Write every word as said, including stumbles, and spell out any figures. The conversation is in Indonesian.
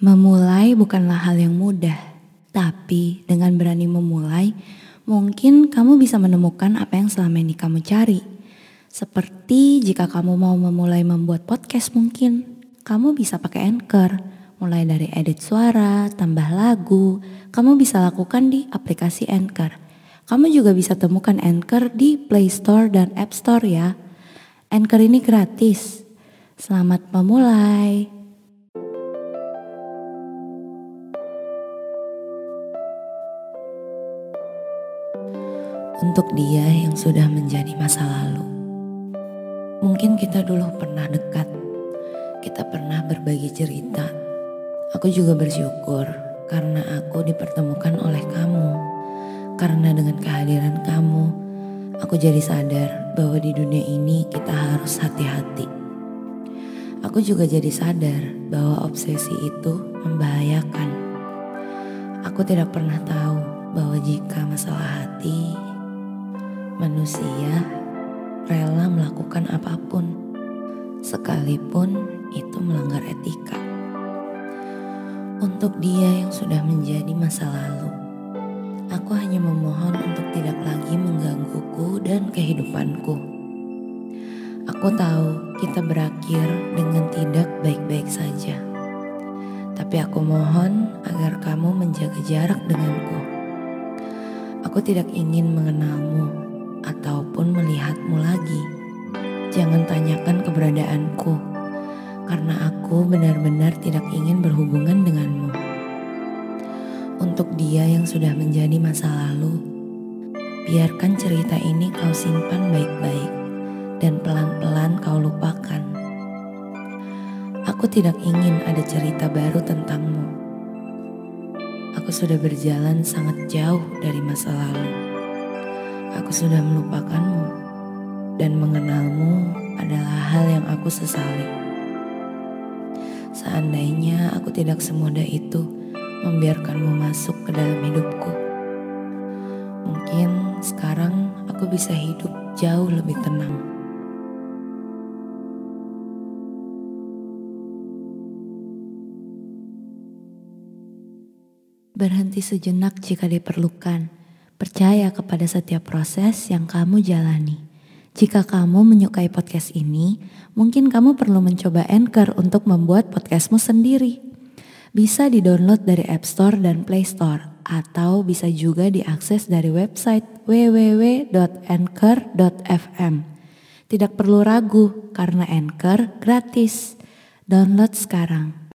Memulai bukanlah hal yang mudah, tapi dengan berani memulai, mungkin kamu bisa menemukan apa yang selama ini kamu cari. Seperti jika kamu mau memulai membuat podcast mungkin, kamu bisa pakai Anchor. Mulai dari edit suara, tambah lagu, kamu bisa lakukan di aplikasi Anchor. Kamu juga bisa temukan Anchor di Play Store dan App Store ya. Anchor ini gratis. Selamat memulai. Untuk dia yang sudah menjadi masa lalu. Mungkin kita dulu pernah dekat. Kita pernah berbagi cerita. Aku juga bersyukur karena aku dipertemukan oleh kamu. Karena dengan kehadiran kamu, aku jadi sadar bahwa di dunia ini kita harus hati-hati. Aku juga jadi sadar bahwa obsesi itu membahayakan. Aku tidak pernah tahu bahwa jika masalah hati, manusia rela melakukan apapun, sekalipun itu melanggar etika. Untuk dia yang sudah menjadi masa lalu, aku hanya memohon untuk tidak lagi menggangguku dan kehidupanku. Aku tahu kita berakhir dengan tidak baik-baik saja. Tapi aku mohon agar kamu menjaga jarak denganku. Aku tidak ingin mengenalmu ataupun melihatmu lagi. Jangan tanyakan keberadaanku, karena aku benar-benar tidak ingin berhubungan denganmu. Untuk dia yang sudah menjadi masa lalu, biarkan cerita ini kau simpan baik-baik dan pelan-pelan kau lupakan. Aku tidak ingin ada cerita baru tentangmu. Aku sudah berjalan sangat jauh dari masa lalu. Aku sudah melupakanmu dan mengenalmu adalah hal yang aku sesali. Seandainya aku tidak semudah itu membiarkanmu masuk ke dalam hidupku, mungkin sekarang aku bisa hidup jauh lebih tenang. Berhenti sejenak jika diperlukan. Percaya kepada setiap proses yang kamu jalani. Jika kamu menyukai podcast ini, mungkin kamu perlu mencoba Anchor untuk membuat podcastmu sendiri. Bisa di-download dari App Store dan Play Store, atau bisa juga diakses dari website w w w dot anchor dot f m. Tidak perlu ragu, karena Anchor gratis. Download sekarang.